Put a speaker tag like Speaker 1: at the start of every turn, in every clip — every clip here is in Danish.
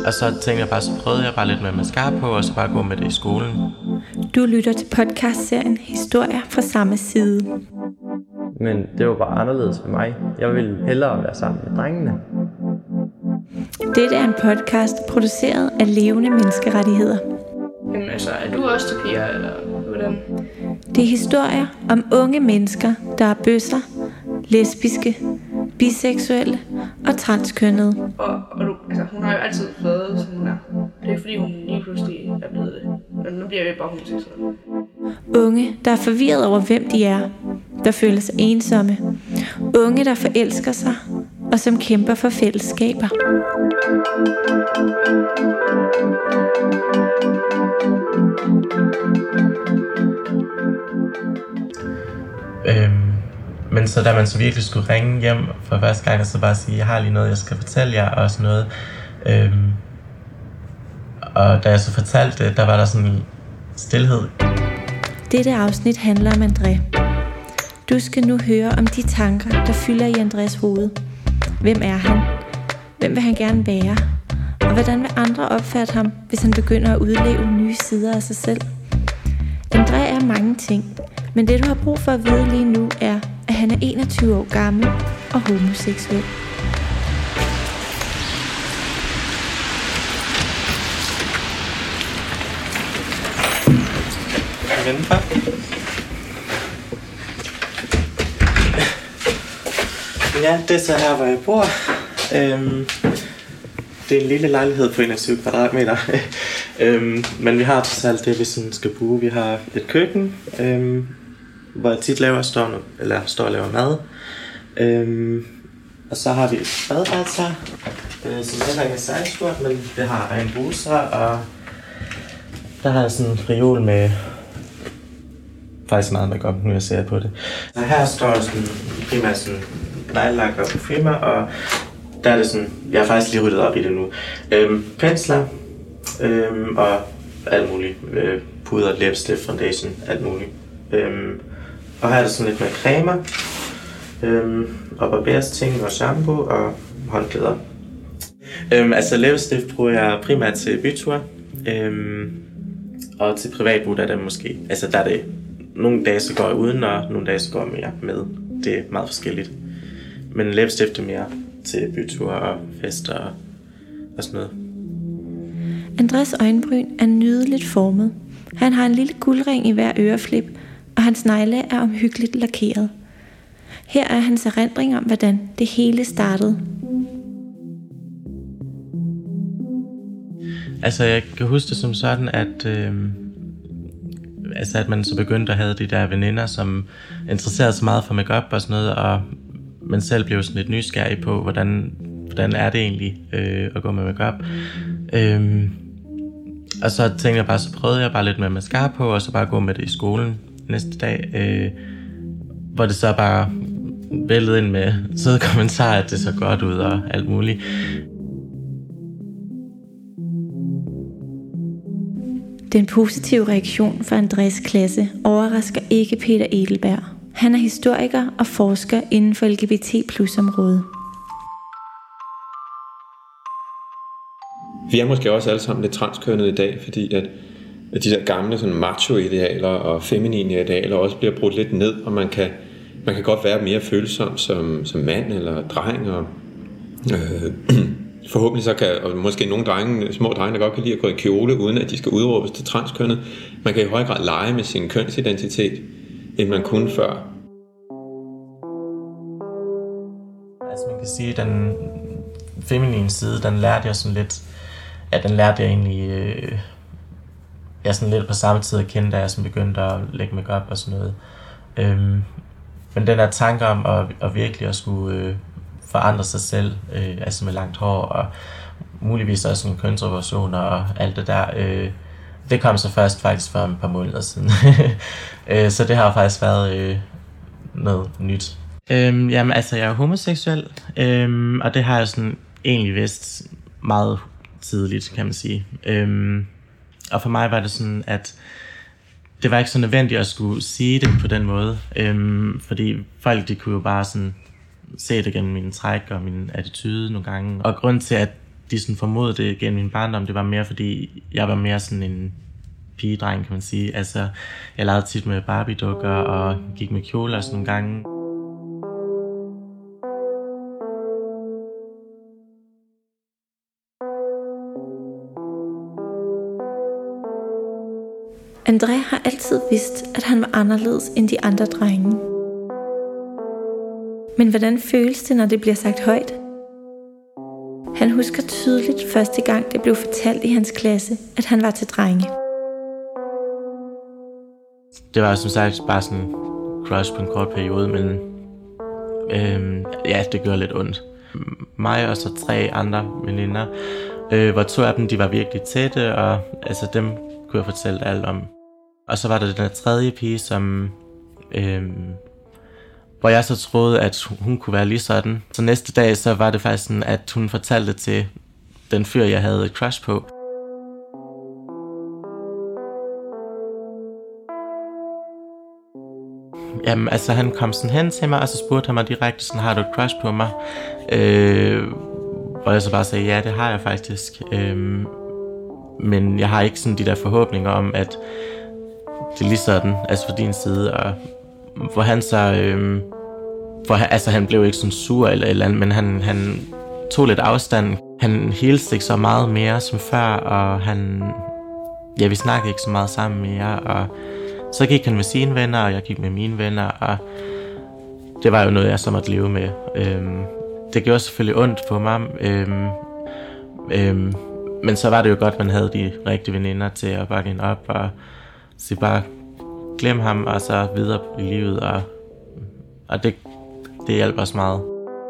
Speaker 1: Og så tænkte jeg bare, så prøvede jeg bare lidt med mascara på, og så bare gå med det i skolen.
Speaker 2: Du lytter til podcastserien Historier fra samme side.
Speaker 3: Men det var bare anderledes for mig. Jeg ville hellere være sammen med drengene.
Speaker 2: Dette er en podcast produceret af Levende Menneskerettigheder.
Speaker 4: Jamen altså, er du også til piger, eller hvordan?
Speaker 2: Det er historier om unge mennesker, der er bøsser, lesbiske, biseksuelle og transkønnede.
Speaker 4: Og du, altså, hun har jo altid været, som hun er. Det er fordi, hun lige pludselig er blevet det. Men nu bliver vi bare homoseksuelle.
Speaker 2: Unge, der er forvirret over, hvem de er, der føler sig ensomme. Unge, der forelsker sig, og som kæmper for fællesskaber.
Speaker 1: Men så da man så virkelig skulle ringe hjem for første gang, og så bare sige, jeg har lige noget, jeg skal fortælle jer, og sådan noget. Og da jeg så fortalte det, der var der sådan en stilhed.
Speaker 2: Dette afsnit handler om André. Du skal nu høre om de tanker, der fylder i Andrés hoved. Hvem er han? Hvem vil han gerne være? Og hvordan vil andre opfatte ham, hvis han begynder at udleve nye sider af sig selv? André er mange ting, men det du har brug for at vide lige nu er, at han er 21 år gammel og homoseksuel.
Speaker 1: Ja, det er så her, hvor jeg bor. Det er en lille lejlighed på 21 kvadratmeter. Men vi har til alt det, vi sådan skal bruge. Vi har et køkken, hvor jeg tit står og laver mad. Og så har vi et badeværelse her, som heller ikke er særlig stort, men det har en bruser, og der har jeg sådan en reol med faktisk meget makeup, nu jeg ser på det. Så her står sådan primært sådan neglelak og parfumer, og der er det sådan, jeg har faktisk lige ryddet op i det nu. Pensler, og alt muligt. Puder, læbestift, foundation, alt muligt. Og her er der sådan lidt mere cremer, og barbersting og shampoo og håndklæder. Altså læbestift bruger jeg primært til byture, og til privatbrug der er det måske, altså der er det nogle dage så går jeg uden, og nogle dage så går jeg mere med. Det er meget forskelligt. Men læbestift er mere til byture og fester og sådan noget.
Speaker 2: Andrés øjenbryn er nydeligt formet. Han har en lille guldring i hver øreflip, og hans negle er omhyggeligt lakeret. Her er hans erindring om, hvordan det hele startede.
Speaker 1: Altså jeg kan huske det som sådan, at man så begyndte at have de der veninder, som interesserede sig meget for makeup og sådan noget, og man selv blev sådan lidt nysgerrig på, hvordan er det egentlig at gå med makeup. Og så tænkte jeg bare, så prøvede jeg bare lidt med mascara på, og så bare gå med det i skolen næste dag, hvor det så bare væltede ind med søde kommentarer, at det så godt ud og alt muligt.
Speaker 2: Den positive reaktion fra Andrés klasse overrasker ikke Peter Edelberg. Han er historiker og forsker inden for LGBT+-området.
Speaker 5: Vi er måske også alle sammen lidt transkønnede i dag, fordi at de der gamle sådan macho-idealer og feminine idealer også bliver brudt lidt ned, og man kan godt være mere følsom som mand eller dreng, og forhåbentlig så kan, og måske nogle små drenge, der godt kan lide at gå i kjole, uden at de skal udråbes til transkønnet. Man kan i høj grad lege med sin kønsidentitet, end man kunne før.
Speaker 1: Altså man kan sige, at den feminine side, den lærte jeg sådan lidt, den lærte jeg egentlig, jeg sådan lidt på samme tid at kende, da jeg sådan begyndte at lægge makeup og sådan noget. Men den der tanke om at virkelig at skulle forandre sig selv, altså med langt hår og muligvis også sådan kønsoperationer og alt det der, det kom så først faktisk for et par måneder siden. Så det har faktisk været noget nyt. Jamen altså jeg er homoseksuel, og det har jeg sådan egentlig vidst meget tidligt, kan man sige. Og for mig var det sådan, at det var ikke så nødvendigt at skulle sige det på den måde, fordi folk de kunne jo bare sådan se det gennem min træk og min attitude nogle gange. Og grund til, at de sådan formodede det gennem min barndom, det var mere fordi, jeg var mere sådan en pigedreng, kan man sige. Altså, jeg legede tit med Barbie-dukker og gik med kjoler sådan nogle gange.
Speaker 2: André har altid vidst, at han var anderledes end de andre drenge. Men hvordan føles det, når det bliver sagt højt? Han husker tydeligt første gang, det blev fortalt i hans klasse, at han var til drenge.
Speaker 1: Det var som sagt bare sådan en crush på en kort periode, men ja, det gør lidt ondt. Mig og så 3 andre veninder, hvor 2 af dem, de var virkelig tætte, og altså dem kunne jeg fortælle alt om. Og så var der den her 3. pige, som hvor jeg så troede, at hun kunne være lige sådan. Så næste dag, så var det faktisk sådan, at hun fortalte til den fyr, jeg havde et crush på. Jamen, altså han kom sådan hen til mig, og så spurgte han mig direkte sådan, har du et crush på mig? Hvor jeg så bare sagde, ja, det har jeg faktisk. Men jeg har ikke sådan de der forhåbninger om, at det er lige sådan, altså fra din side. Og hvor han så, altså han blev ikke sådan sur eller andet, men han tog lidt afstand. Han hilste ikke så meget mere som før, og vi snakkede ikke så meget sammen mere, og så gik han med sine venner, og jeg gik med mine venner, og det var jo noget, jeg så måtte leve med. Det gjorde selvfølgelig ondt på mig, men så var det jo godt, at man havde de rigtige veninder til at bakke hende op, og så bare glem ham, og så videre i livet, og det hjælper os meget.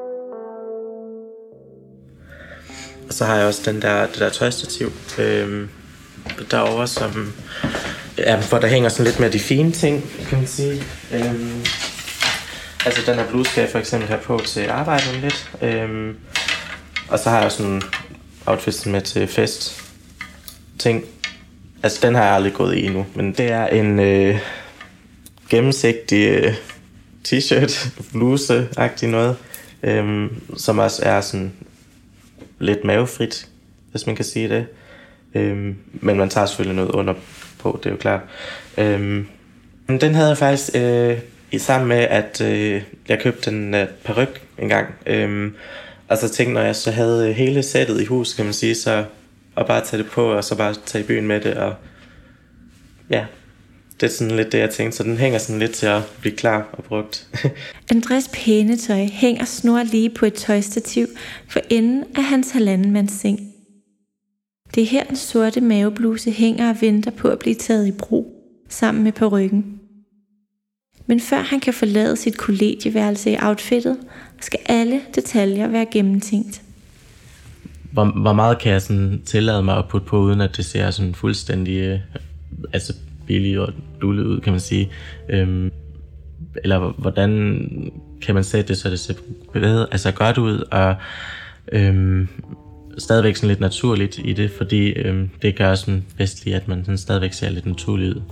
Speaker 1: Og så har jeg også det der tøjstativ derovre, som hvor der hænger sådan lidt mere de fine ting, kan man sige. Altså den her bluse skal jeg for eksempel have på til arbejdet lidt. Og så har jeg sådan en outfit med til fest ting. Altså den har jeg aldrig gået i endnu, men det er en gennemsigtig t-shirt, bluse-agtig noget, som også er sådan lidt mavefrit, hvis man kan sige det. Men man tager selvfølgelig noget under på, det er jo klart. Den havde jeg faktisk sammen med, at jeg købte en paryk en gang. Og så tænkte, når jeg så havde hele sættet i hus, kan man sige, så og bare tage det på, og så bare tage i byen med det, og ja, det er sådan lidt det, jeg tænkte, så den hænger sådan lidt til at blive klar og brugt.
Speaker 2: Andrés pæne tøj hænger snor lige på et tøjstativ for enden af hans 1,5-mands seng. Det er her den sorte mavebluse hænger og venter på at blive taget i brug, sammen med parykken. Men før han kan forlade sit kollegieværelse i outfittet, skal alle detaljer være gennemtænkt.
Speaker 1: Hvor meget kan jeg sådan tillade mig at putte på, uden at det ser sådan fuldstændig billigt og dullet ud, kan man sige. Eller hvordan kan man sætte det, så det ser bedre, godt ud, og stadigvæk sådan lidt naturligt i det, fordi det gør sådan bedst lige, at man sådan stadigvæk ser lidt naturligt ud.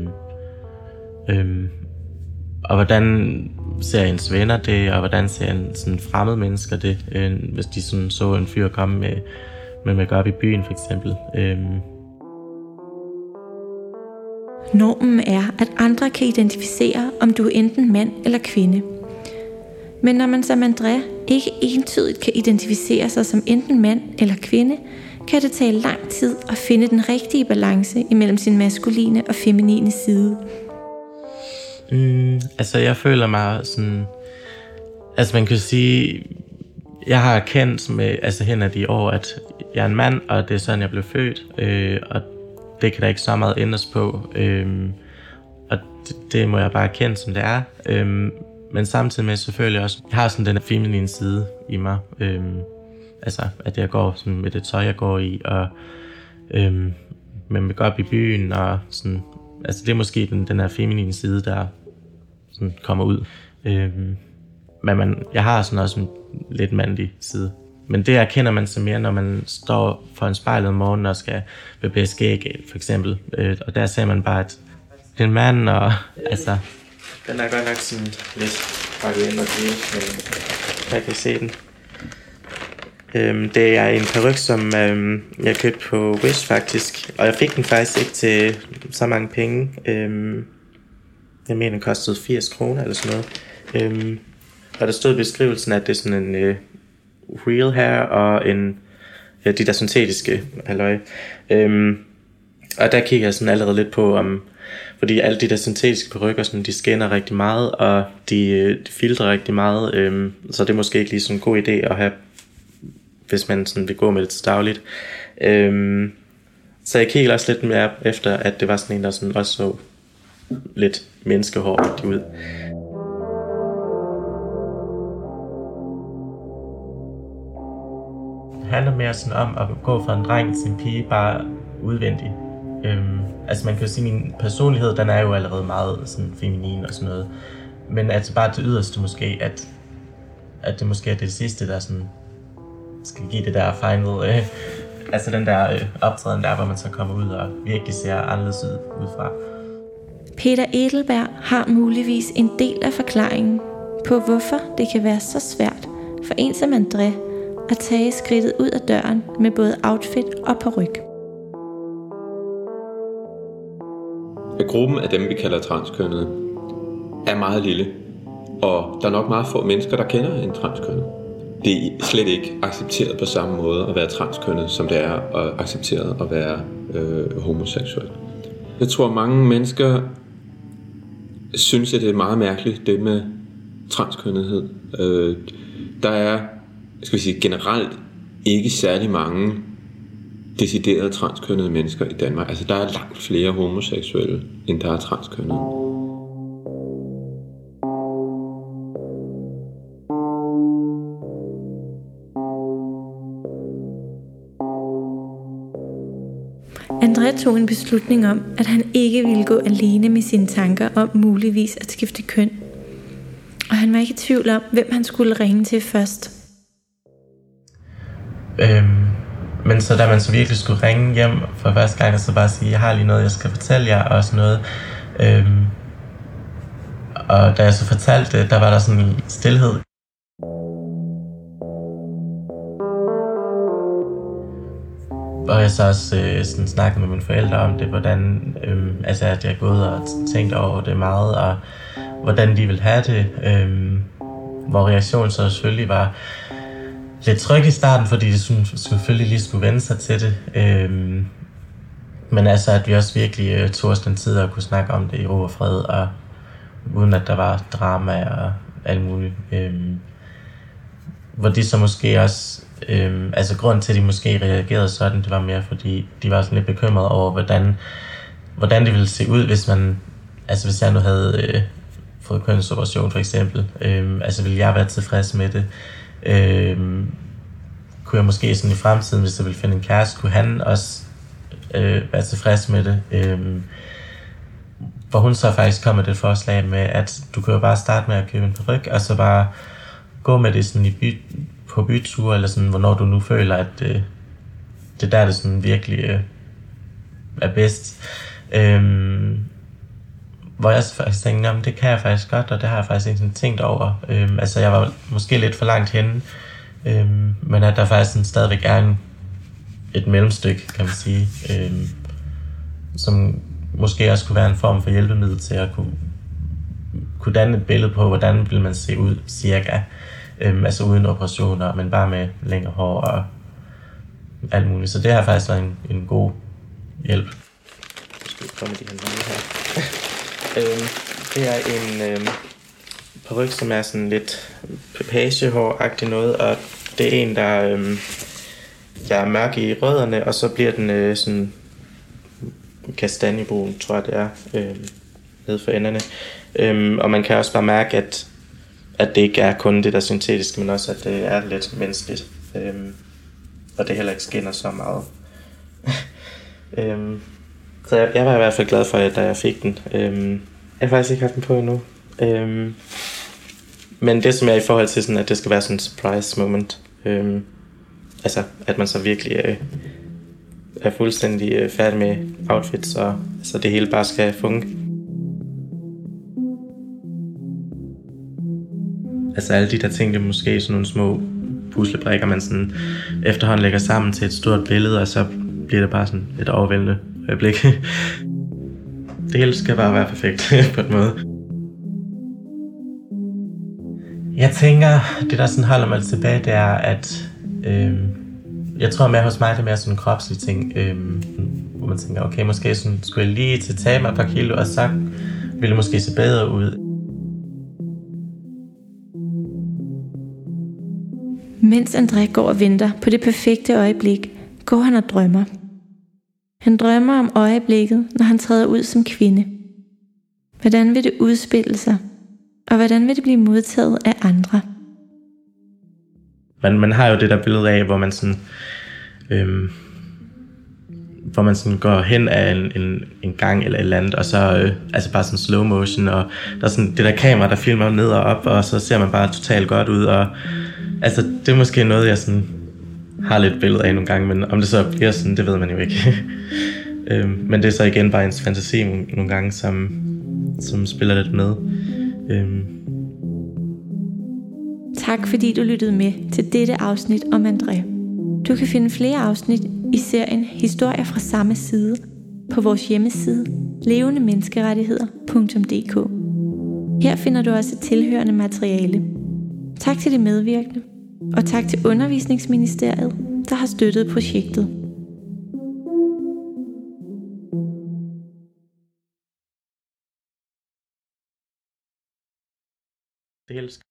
Speaker 1: Og hvordan ser ens venner det, og hvordan ser en sådan fremmede mennesker det, hvis de sådan så en fyr komme med make-up i byen for eksempel.
Speaker 2: Normen er, at andre kan identificere, om du er enten mand eller kvinde. Men når man som André ikke entydigt kan identificere sig som enten mand eller kvinde, kan det tage lang tid at finde den rigtige balance imellem sin maskuline og feminine side.
Speaker 1: Jeg føler mig sådan, man kan sige, jeg har erkendt med, hen ad de år, at jeg er en mand, og det er sådan, jeg blev født, og det kan der ikke så meget ændres på, og det må jeg bare erkende, som det er, men samtidig med selvfølgelig også, jeg har sådan den feminine side i mig, at jeg går sådan med det tøj, jeg går i, og med op i byen, og sådan, det er måske den her feminine side, der sådan kommer ud. Men jeg har sådan også en lidt mandlig side. Men det erkender man så mere, når man står for en spejl om morgenen og skal bevæge skæg, for eksempel. Og der ser man bare, at det er en mand, og den er godt nok sådan lidt pakket ind og det, men jeg kan se den. Det er en paryk, som jeg købte på Wish faktisk. Og jeg fik den faktisk ikke til så mange penge. Jeg mener, den kostede 80 kroner eller sådan noget. Og der stod i beskrivelsen, at det er sådan en real hair og de der syntetiske halløj. Og der kigger jeg sådan allerede lidt på, fordi alle de der syntetiske parykker, sådan, de skinner rigtig meget, og de filtrer rigtig meget. Så det er måske ikke lige sådan en god idé at have, hvis man sådan vil gå med det til dagligt. Så jeg kiggede også lidt mere efter, at det var sådan en, der sådan også så lidt menneskehårdt ud. Det handler mere sådan om at gå fra en dreng til en pige, bare udvendigt. Altså man kan jo sige, at min personlighed, den er jo allerede meget sådan feminin og sådan noget. Men altså bare det yderste måske, at det måske er det sidste, der sådan skal give det der final, altså den der optræden der, hvor man så kommer ud og virkelig ser anderledes ud fra.
Speaker 2: Peter Edelberg har muligvis en del af forklaringen på, hvorfor det kan være så svært for en som André at tage skridtet ud af døren med både outfit og paryk.
Speaker 5: Gruppen af dem, vi kalder transkønnede, er meget lille, og der er nok meget få mennesker, der kender en transkønnet. Det er slet ikke accepteret på samme måde at være transkønnet, som det er accepteret at være homoseksuel. Jeg tror, mange mennesker synes, at det er meget mærkeligt, det med transkønnethed. Der er, skal vi sige, generelt ikke særlig mange deciderede transkønnede mennesker i Danmark. Altså, der er langt flere homoseksuelle, end der er transkønnede.
Speaker 2: André tog en beslutning om, at han ikke ville gå alene med sine tanker om muligvis at skifte køn. Og han var ikke i tvivl om, hvem han skulle ringe til først.
Speaker 1: Men så da man så virkelig skulle ringe hjem for første gang, og så bare sige, jeg har lige noget, jeg skal fortælle jer, og sådan noget. Og da jeg så fortalte det, der var der sådan en stilhed. Og jeg så også sådan snakkede med mine forældre om det, hvordan altså at jeg er gået og tænkt over det meget, og hvordan de ville have det. Hvor reaktionen så selvfølgelig var lidt tryg i starten, fordi det selvfølgelig lige skulle vende sig til det. Men altså, at vi også virkelig tog os den tid at kunne snakke om det i ro og fred, og uden at der var drama og alt muligt. Hvor de så måske også, altså grunden til, at de måske reagerede sådan, det var mere fordi, de var sådan lidt bekymrede over, hvordan det ville se ud, hvis jeg nu havde fået kønsoperation for eksempel. Altså ville jeg være tilfreds med det? Kunne jeg måske sådan i fremtiden, hvis jeg ville finde en kæreste, kunne han også være tilfreds med det? Hvor hun så faktisk kom med det forslag med, at du kan jo bare starte med at købe en paryk, og så bare gå med det sådan på byture, eller sådan, hvornår du nu føler, at det der det sådan virkelig er bedst. Hvor jeg faktisk tænkte, det kan jeg faktisk godt, og det har jeg faktisk ikke sådan tænkt over. Altså jeg var måske lidt for langt henne, men at der faktisk sådan stadigvæk er et mellemstykke, kan man sige, som måske også kunne være en form for hjælpemiddel til at kunne danne et billede på, hvordan vil man se ud cirka. Altså uden operationer, men bare med længere hår og alt muligt. Så det har faktisk været en god hjælp. Nu skal vi komme med de her mange her. Det er en paryk, som er sådan lidt pagehår-agtig noget, og det er en, der er mørk i rødderne, og så bliver den sådan kastanjebrun, tror jeg det er, nede for enderne. Og man kan også bare mærke, at det ikke er kun det der syntetiske, men også at det er lidt menneskeligt. Og det heller ikke skinner så meget. Så jeg var i hvert fald glad for, da jeg fik den. Jeg har faktisk ikke haft den på endnu. Men det som er i forhold til sådan, at det skal være sådan en surprise moment. Altså at man så virkelig er fuldstændig færdig med outfits, og så det hele bare skal funge. Altså alle de der ting, det er måske sådan nogle små puslebrikker, man sådan efterhånden lægger sammen til et stort billede, og så bliver det bare sådan et overvældende øjeblik. Det hele skal bare være perfekt på en måde. Jeg tænker, det der sådan holder mig tilbage, det er, at jeg tror mere hos mig, det er mere sådan en kropslig ting, hvor man tænker, okay, måske sådan, skulle jeg lige til tage mig et par kilo, og så ville det måske se bedre ud.
Speaker 2: Mens André går og venter på det perfekte øjeblik, går han og drømmer. Han drømmer om øjeblikket, når han træder ud som kvinde. Hvordan vil det udspille sig? Og hvordan vil det blive modtaget af andre?
Speaker 1: Man har jo det der billede af, hvor man sådan, hvor man sådan går hen af en gang eller et eller andet, og så altså bare sådan slow motion, og der er sådan det der kamera, der filmer ned og op, og så ser man bare totalt godt ud, og altså det er måske noget, jeg sådan har lidt billede af nogle gange, men om det så bliver sådan, det ved man jo ikke. Men det er så igen bare ens fantasi nogle gange, som spiller lidt med.
Speaker 2: Tak fordi du lyttede med til dette afsnit om André. Du kan finde flere afsnit i serien Historier fra samme side på vores hjemmeside levendemenneskerettigheder.dk. Her finder du også tilhørende materiale. Tak til de medvirkende, og tak til Undervisningsministeriet, der har støttet projektet.
Speaker 1: Det hele